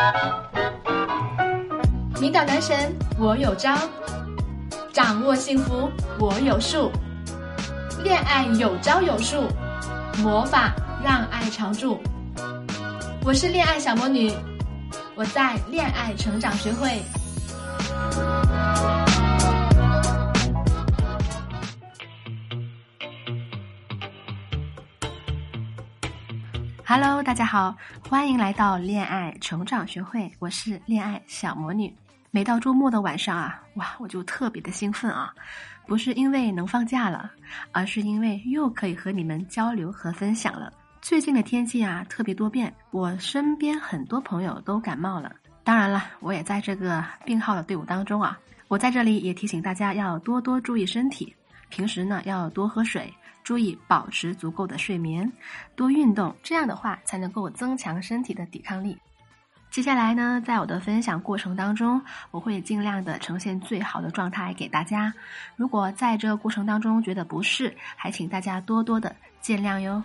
迷倒男神我有招，掌握幸福我有数，恋爱有招有数，魔法让爱常驻。我是恋爱小魔女，我在恋爱成长学会。Hello， 大家好，欢迎来到恋爱成长学会，我是恋爱小魔女。每到周末的晚上啊，哇，我就特别的兴奋啊！不是因为能放假了，而是因为又可以和你们交流和分享了。最近的天气啊，特别多变，我身边很多朋友都感冒了。当然了，我也在这个病号的队伍当中啊。我在这里也提醒大家要多多注意身体，平时呢要多喝水，注意保持足够的睡眠，多运动，这样的话才能够增强身体的抵抗力。接下来呢，在我的分享过程当中，我会尽量的呈现最好的状态给大家。如果在这个过程当中觉得不适，还请大家多多的见谅哟。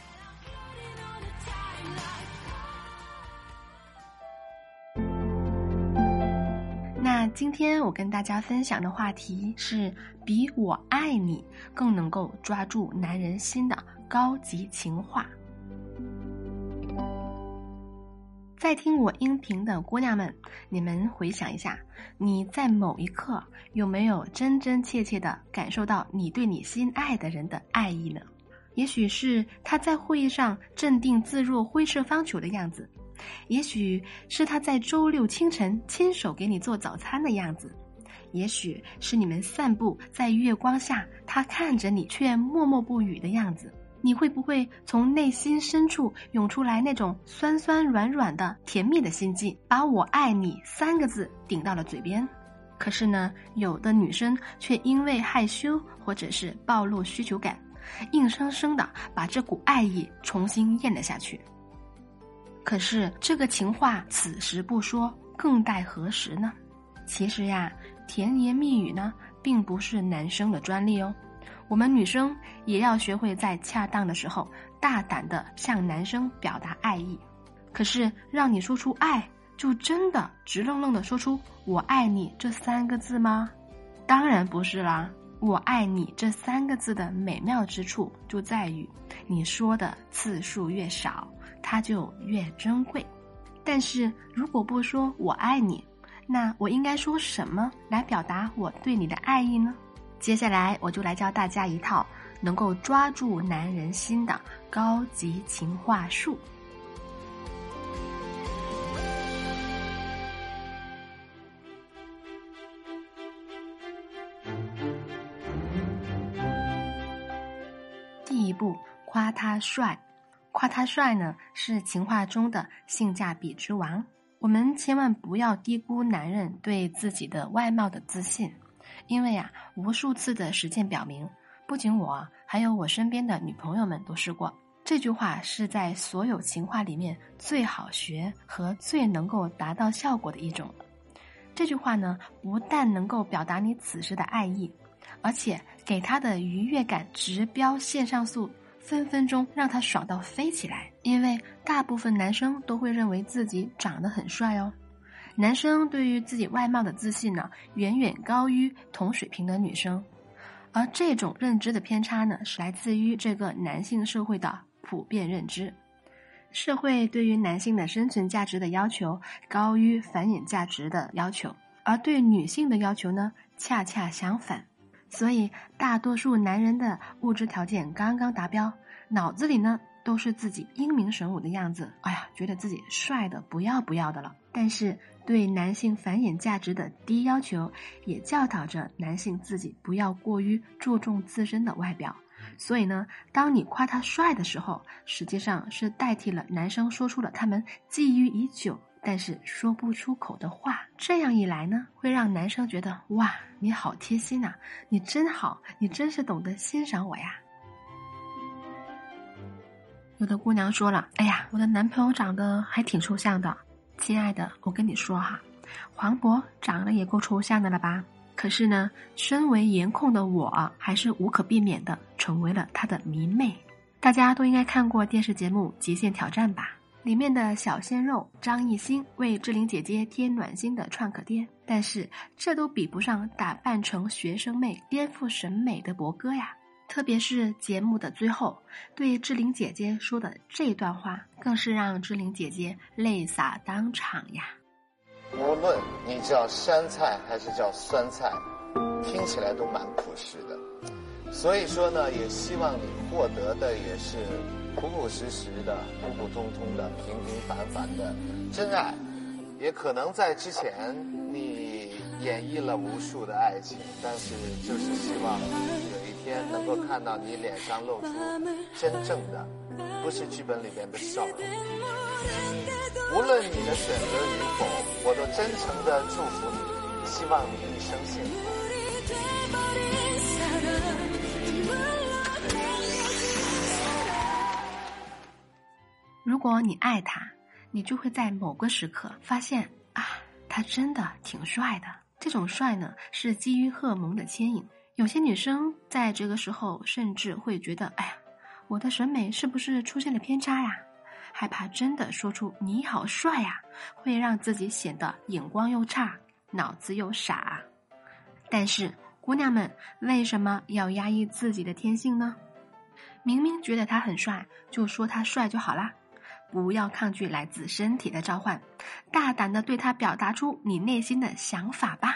那今天我跟大家分享的话题是比我爱你更能够抓住男人心的高级情话。在听我音频的姑娘们，你们回想一下，你在某一刻有没有真真切切地感受到你对你心爱的人的爱意呢？也许是他在会议上镇定自若挥斥方遒的样子，也许是他在周六清晨亲手给你做早餐的样子，也许是你们散步在月光下，他看着你却默默不语的样子。你会不会从内心深处涌出来那种酸酸软软的甜蜜的心悸，把我爱你3个字顶到了嘴边？可是呢，有的女生却因为害羞或者是暴露需求感，硬生生的把这股爱意重新咽了下去。可是这个情话此时不说，更待何时呢？其实呀，甜言蜜语呢，并不是男生的专利哦。我们女生也要学会在恰当的时候大胆地向男生表达爱意。可是让你说出爱，就真的直愣愣地说出我爱你这3个字吗？当然不是啦。我爱你这3个字的美妙之处就在于你说的次数越少，它就越珍贵。但是如果不说我爱你，那我应该说什么来表达我对你的爱意呢？接下来我就来教大家一套能够抓住男人心的高级情话术。第一步，夸他帅。夸他帅呢，是情话中的性价比之王。我们千万不要低估男人对自己的外貌的自信。因为啊，无数次的实践表明，不仅我，还有我身边的女朋友们都试过。这句话是在所有情话里面最好学和最能够达到效果的一种。这句话呢，不但能够表达你此时的爱意，而且给他的愉悦感直飙线上速，分分钟让他爽到飞起来。因为大部分男生都会认为自己长得很帅哦。男生对于自己外貌的自信呢，远远高于同水平的女生，而这种认知的偏差呢，是来自于这个男性社会的普遍认知。社会对于男性的生存价值的要求高于繁衍价值的要求，而对女性的要求呢，恰恰相反。所以大多数男人的物质条件刚刚达标，脑子里呢都是自己英明神武的样子，哎呀，觉得自己帅的不要不要的了。但是对男性繁衍价值的低要求，也教导着男性自己不要过于注重自身的外表。所以呢，当你夸他帅的时候，实际上是代替了男生说出了他们觊觎已久但是说不出口的话。这样一来呢，会让男生觉得哇，你好贴心啊，你真好，你真是懂得欣赏我呀。有的姑娘说了，哎呀，我的男朋友长得还挺抽象的。亲爱的，我跟你说哈，黄渤长得也够抽象的了吧？可是呢，身为颜控的我，还是无可避免的成为了他的迷妹。大家都应该看过电视节目《极限挑战》吧？ 里面的小鲜肉张艺兴为志玲姐姐添暖心的创可贴，但是这都比不上打扮成学生妹颠覆审美的博哥呀。特别是节目的最后对志玲姐姐说的这段话，更是让志玲姐姐泪洒当场呀。 无论你叫山菜还是叫酸菜，听起来都蛮朴实的。所以说呢，也希望你获得的也是朴朴实实的、普普通通的、平平凡凡的真爱。也可能在之前你演绎了无数的爱情，但是就是希望有一天能够看到你脸上露出真正的，不是剧本里边的笑容。无论你的选择与否，我都真诚地祝福你，希望你一生幸福。 如果你爱他，你就会在某个时刻发现啊，他真的挺帅的。这种帅呢，是基于荷尔蒙的牵引。有些女生在这个时候甚至会觉得，哎呀，我的审美是不是出现了偏差呀？害怕真的说出你好帅呀，会让自己显得眼光又差，脑子又傻。但是姑娘们为什么要压抑自己的天性呢？明明觉得他很帅，就说他帅就好啦。不要抗拒来自身体的召唤，大胆地对他表达出你内心的想法吧。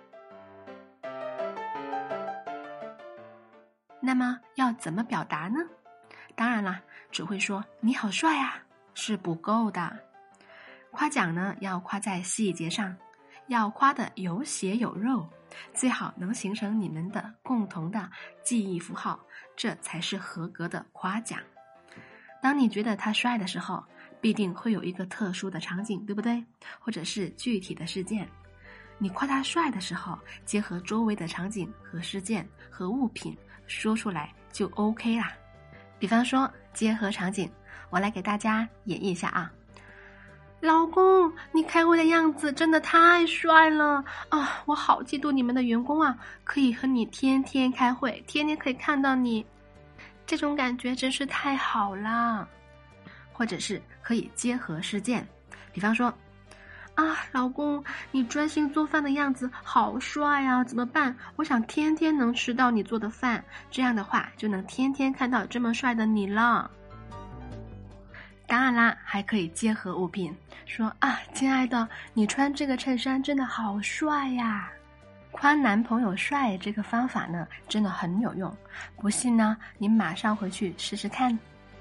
那么要怎么表达呢？当然啦，只会说你好帅啊是不够的。夸奖呢，要夸在细节上，要夸得有血有肉，最好能形成你们的共同的记忆符号，这才是合格的夸奖。当你觉得他帅的时候，必定会有一个特殊的场景，对不对？或者是具体的事件。你夸他帅的时候，结合周围的场景和事件和物品说出来就 OK 啦。比方说结合场景，我来给大家演绎一下啊。老公，你开会的样子真的太帅了啊！我好嫉妒你们的员工啊，可以和你天天开会，天天可以看到你，这种感觉真是太好了。或者是可以结合事件，比方说啊，老公，你专心做饭的样子好帅啊，怎么办？我想天天能吃到你做的饭，这样的话就能天天看到这么帅的你了。当然啦，还可以结合物品，说啊，亲爱的，你穿这个衬衫真的好帅呀。夸男朋友帅这个方法呢，真的很有用，不信呢，你马上回去试试看。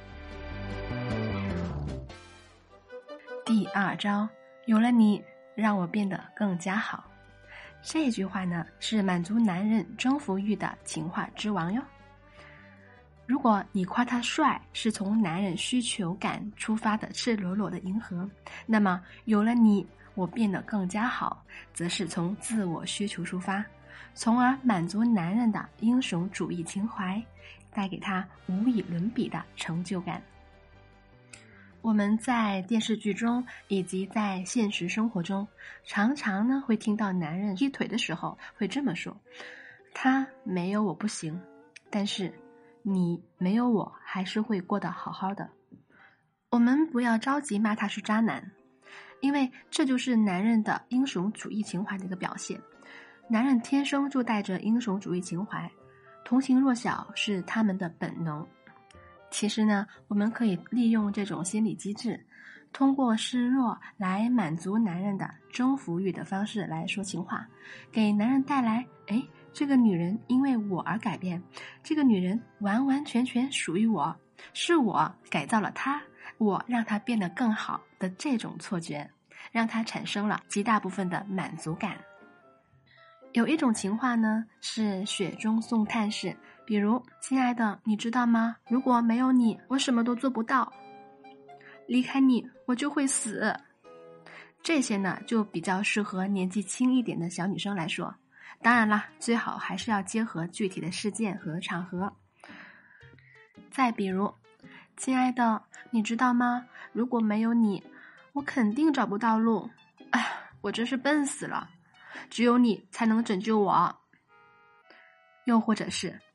第二招，有了你，让我变得更加好。这句话呢，是满足男人征服欲的情话之王哟。如果你夸他帅是从男人需求感出发的赤裸裸的迎合，那么有了你，我变得更加好，则是从自我需求出发，从而满足男人的英雄主义情怀，带给他无以伦比的成就感。我们在电视剧中以及在现实生活中，常常呢会听到男人劈腿的时候会这么说，他没有我不行，但是你没有我还是会过得好好的。我们不要着急骂他是渣男，因为这就是男人的英雄主义情怀的一个表现。男人天生就带着英雄主义情怀，同情弱小是他们的本能。其实呢，我们可以利用这种心理机制，通过示弱来满足男人的征服欲的方式来说情话，给男人带来这个女人因为我而改变，这个女人完完全全属于我，是我改造了她，我让她变得更好的这种错觉，让她产生了极大部分的满足感。有一种情话呢，是雪中送炭式，比如亲爱的，你知道吗？如果没有你，我什么都做不到，离开你我就会死。这些呢就比较适合年纪轻一点的小女生来说，当然啦，最好还是要结合具体的事件和场合。再比如，亲爱的，你知道吗？如果没有你，我肯定找不到路，我真是笨死了，只有你才能拯救我。又或者是，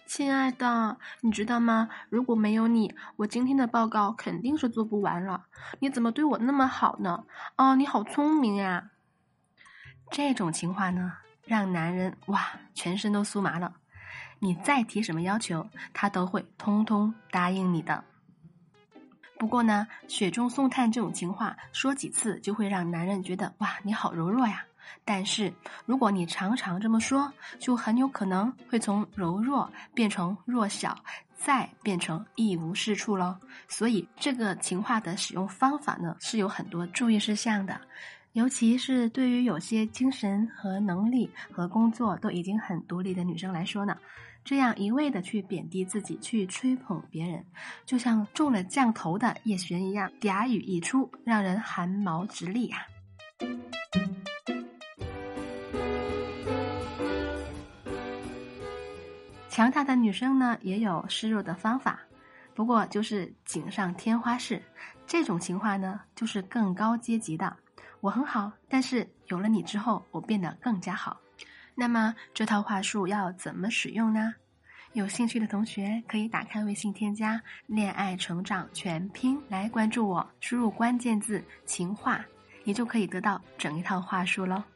亲爱的，你知道吗？如果没有你，我今天的报告肯定是做不完了。你怎么对我那么好呢？哦，你好聪明呀！这种情话呢，让男人全身都酥麻了。你再提什么要求，他都会通通答应你的。不过呢，雪中送炭这种情话说几次就会让男人觉得你好柔弱呀。但是如果你常常这么说，就很有可能会从柔弱变成弱小，再变成一无是处了。所以这个情话的使用方法呢，是有很多注意事项的。尤其是对于有些精神和能力和工作都已经很独立的女生来说呢，这样一味的去贬低自己，去吹捧别人，就像中了降头的叶璇一样，嗲语一出，让人汗毛直立呀。强大的女生呢，也有示弱的方法，不过就是锦上添花式。这种情话呢，就是更高阶级的。我很好，但是有了你之后，我变得更加好。那么这套话术要怎么使用呢？有兴趣的同学可以打开微信添加恋爱成长全拼来关注我，输入关键字情话，你就可以得到整一套话术咯。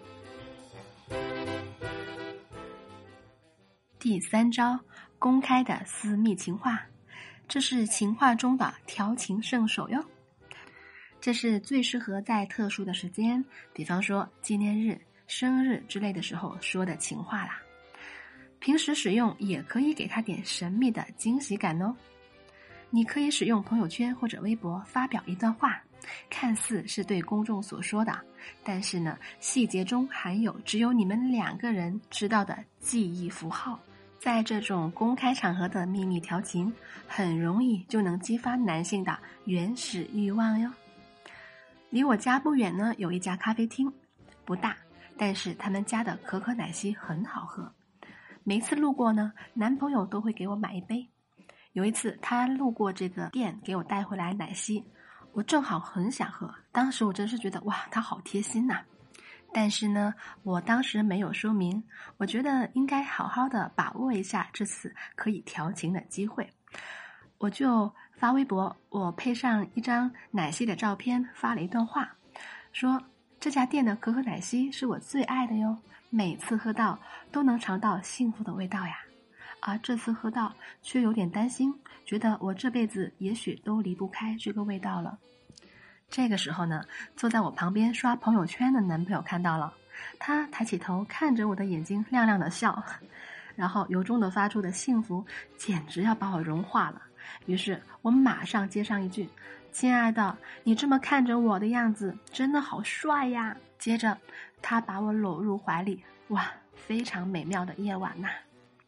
第3招，公开的私密情话，这是情话中的调情圣手哟。这是最适合在特殊的时间，比方说纪念日、生日之类的时候说的情话啦。平时使用也可以给他点神秘的惊喜感哦。你可以使用朋友圈或者微博发表一段话，看似是对公众所说的，但是呢，细节中含有只有你们2个人知道的记忆符号。在这种公开场合的秘密调情，很容易就能激发男性的原始欲望哟。离我家不远呢，有一家咖啡厅，不大，但是他们家的可可奶昔很好喝。每次路过呢，男朋友都会给我买一杯。有一次他路过这个店给我带回来奶昔，我正好很想喝，当时我真是觉得他好贴心呐。但是呢，我当时没有说明，我觉得应该好好的把握一下这次可以调情的机会。我就发微博，我配上一张奶昔的照片，发了一段话，说这家店的可可奶昔是我最爱的哟，每次喝到都能尝到幸福的味道呀。而这次喝到却有点担心，觉得我这辈子也许都离不开这个味道了。这个时候呢，坐在我旁边刷朋友圈的男朋友看到了，他抬起头看着我的眼睛亮亮的笑，然后由衷的发出的幸福简直要把我融化了。于是我马上接上一句，亲爱的，你这么看着我的样子真的好帅呀。接着他把我搂入怀里，非常美妙的夜晚呐。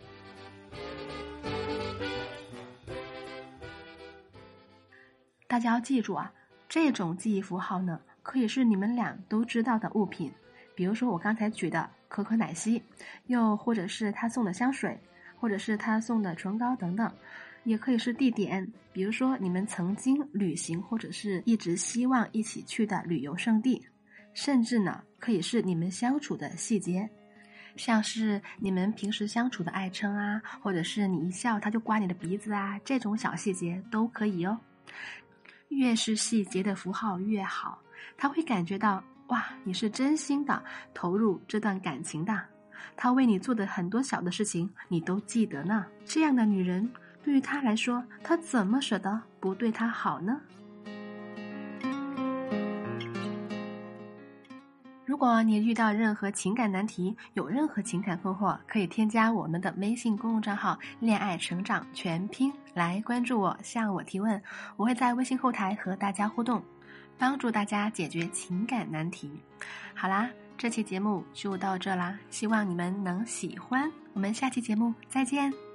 大家要记住啊，这种记忆符号呢，可以是你们俩都知道的物品，比如说我刚才举的可可奶昔，又或者是他送的香水，或者是他送的唇膏等等，也可以是地点，比如说你们曾经旅行或者是一直希望一起去的旅游胜地，甚至呢，可以是你们相处的细节，像是你们平时相处的爱称啊，或者是你一笑他就刮你的鼻子啊，这种小细节都可以哦。越是细节的符号越好，他会感觉到你是真心的投入这段感情的，他为你做的很多小的事情你都记得呢。这样的女人对于他来说，他怎么舍得不对他好呢？如果你遇到任何情感难题，有任何情感困惑，可以添加我们的微信公众账号恋爱成长全拼来关注我，向我提问，我会在微信后台和大家互动，帮助大家解决情感难题。好啦，这期节目就到这啦，希望你们能喜欢，我们下期节目再见。